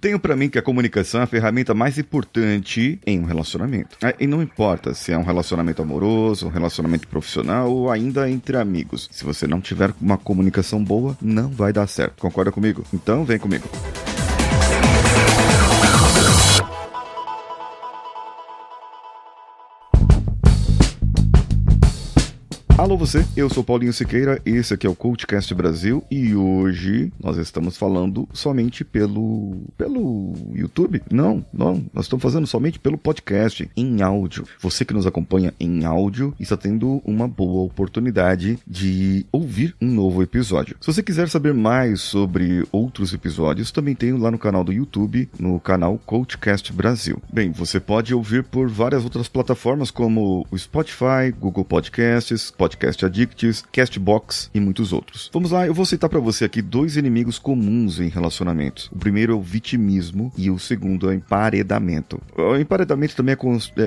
Tenho pra mim que a comunicação é a ferramenta mais importante em um relacionamento. E não importa se é um relacionamento amoroso, um relacionamento profissional ou ainda entre amigos. Se você não tiver uma comunicação boa, não vai dar certo. Concorda comigo? Então vem comigo. Alô você, eu sou Paulinho Siqueira, esse aqui é o CoachCast Brasil e hoje nós estamos falando somente pelo YouTube. Não, nós estamos fazendo somente pelo podcast, em áudio. Você que nos acompanha em áudio está tendo uma boa oportunidade de ouvir um novo episódio. Se você quiser saber mais sobre outros episódios, também tenho lá no canal do YouTube, no canal CoachCast Brasil. Bem, você pode ouvir por várias outras plataformas como o Spotify, Google Podcasts, Podcast Addicts, Castbox e muitos outros. Vamos lá, eu vou citar para você aqui 2 inimigos comuns em relacionamentos. O primeiro é o vitimismo e o segundo é o emparedamento. O emparedamento também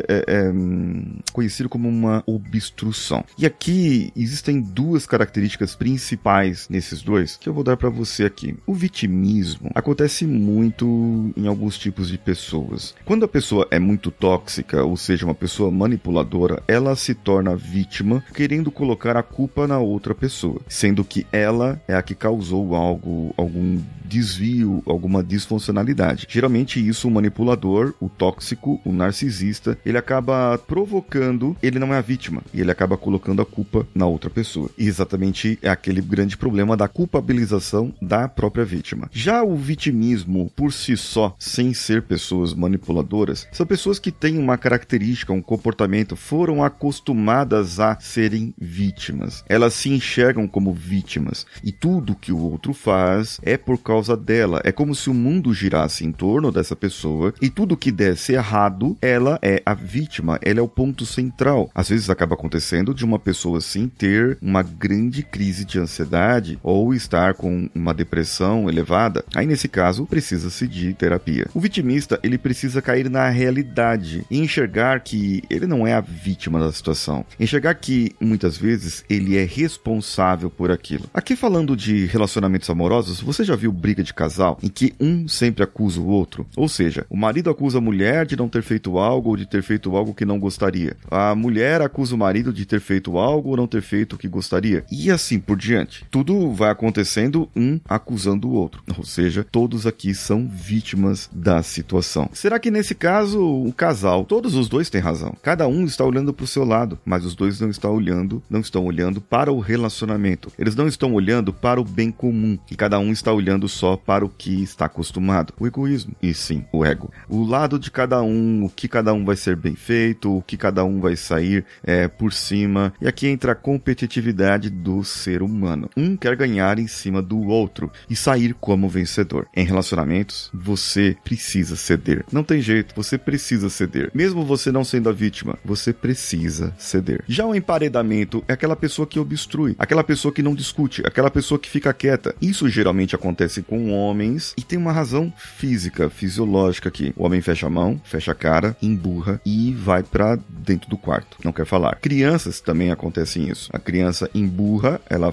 é conhecido como uma obstrução. E aqui existem 2 características principais nesses dois que eu vou dar para você aqui. O vitimismo acontece muito em alguns tipos de pessoas. Quando a pessoa é muito tóxica, ou seja, uma pessoa manipuladora, ela se torna vítima querendo colocar a culpa na outra pessoa, sendo que ela é a que causou algum desvio, alguma disfuncionalidade. Geralmente isso o manipulador, o tóxico, o narcisista, ele acaba provocando, ele não é a vítima, e ele acaba colocando a culpa na outra pessoa. E exatamente é aquele grande problema da culpabilização da própria vítima. Já o vitimismo, por si só, sem ser pessoas manipuladoras, são pessoas que têm uma característica, um comportamento, foram acostumadas a serem vítimas. Elas se enxergam como vítimas e tudo que o outro faz é por causa dela. É como se o mundo girasse em torno dessa pessoa e tudo que desse errado, ela é a vítima, ela é o ponto central. Às vezes acaba acontecendo de uma pessoa assim ter uma grande crise de ansiedade ou estar com uma depressão elevada. Aí nesse caso precisa-se de terapia. O vitimista, ele precisa cair na realidade e enxergar que ele não é a vítima da situação. Enxergar que muitas vezes ele é responsável por aquilo. Aqui falando de relacionamentos amorosos, você já viu briga de casal em que um sempre acusa o outro? Ou seja, o marido acusa a mulher de não ter feito algo ou de ter feito algo que não gostaria. A mulher acusa o marido de ter feito algo ou não ter feito o que gostaria. E assim por diante. Tudo vai acontecendo um acusando o outro. Ou seja, todos aqui são vítimas da situação. Será que nesse caso o casal, todos os dois têm razão? Cada um está olhando para o seu lado, mas os dois não estão olhando para o relacionamento. Eles não estão olhando para o bem comum. E cada um está olhando só para o que está acostumado. O egoísmo. E sim, o ego. O lado de cada um, o que cada um vai ser bem feito, o que cada um vai sair por cima. E aqui entra a competitividade do ser humano. Um quer ganhar em cima do outro e sair como vencedor. Em relacionamentos, você precisa ceder. Não tem jeito, você precisa ceder. Mesmo você não sendo a vítima, você precisa ceder. Já o emparedamento é aquela pessoa que obstrui, aquela pessoa que não discute, aquela pessoa que fica quieta. Isso geralmente acontece com homens e tem uma razão física, fisiológica aqui. O homem fecha a mão, fecha a cara, emburra e vai pra dentro do quarto. Não quer falar. Crianças também acontecem isso. A criança emburra, ela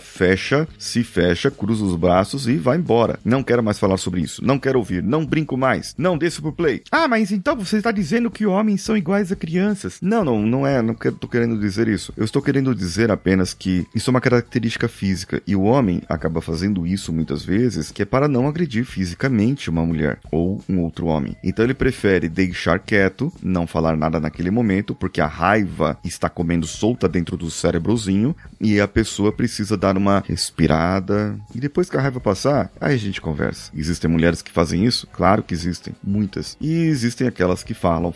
se fecha, cruza os braços e vai embora. Não quero mais falar sobre isso. Não quero ouvir. Não brinco mais. Não desço pro play. Ah, mas então você está dizendo que homens são iguais a crianças? Não é. Não tô querendo dizer isso. Eu estou querendo dizer apenas que isso é uma característica física e o homem acaba fazendo isso muitas vezes que é para não agredir fisicamente uma mulher ou um outro homem. Então ele prefere deixar quieto, não falar nada naquele momento porque a raiva está comendo solta dentro do cérebrozinho e a pessoa precisa dar uma respirada e depois que a raiva passar, aí a gente conversa. Existem mulheres que fazem isso? Claro que existem, muitas. E existem aquelas que falam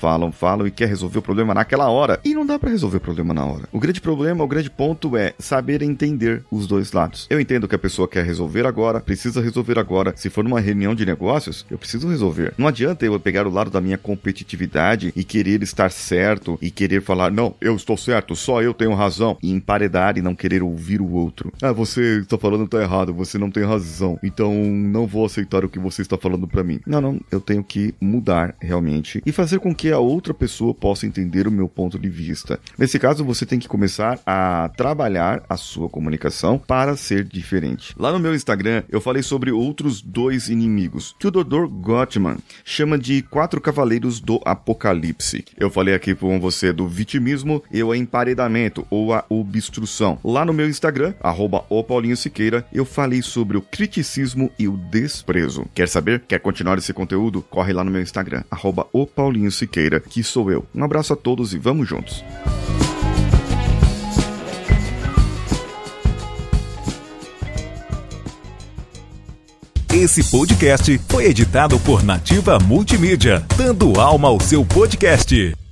e quer resolver o problema naquela hora e não dá para resolver o problema na hora. O grande problema, o grande ponto é saber entender os dois lados. Eu entendo que a pessoa quer resolver agora, precisa resolver agora. Se for numa reunião de negócios, eu preciso resolver. Não adianta eu pegar o lado da minha competitividade e querer estar certo e querer falar, não, eu estou certo, só eu tenho razão, e emparedar e não querer ouvir o outro. Ah, você está falando tá errado, você não tem razão, então não vou aceitar o que você está falando pra mim. Não, eu tenho que mudar realmente e fazer com que a outra pessoa possa entender o meu ponto de vista. Nesse caso, você tem que começar começar a trabalhar a sua comunicação para ser diferente. Lá no meu Instagram, eu falei sobre outros 2 inimigos, que o Dr. Gottman chama de 4 cavaleiros do apocalipse. Eu falei aqui com você do vitimismo e o emparedamento ou a obstrução. Lá no meu Instagram, @opaulinhosiqueira, eu falei sobre o criticismo e o desprezo. Quer saber? Quer continuar esse conteúdo? Corre lá no meu Instagram, @opaulinhosiqueira, que sou eu. Um abraço a todos e vamos juntos. Esse podcast foi editado por Nativa Multimídia, dando alma ao seu podcast.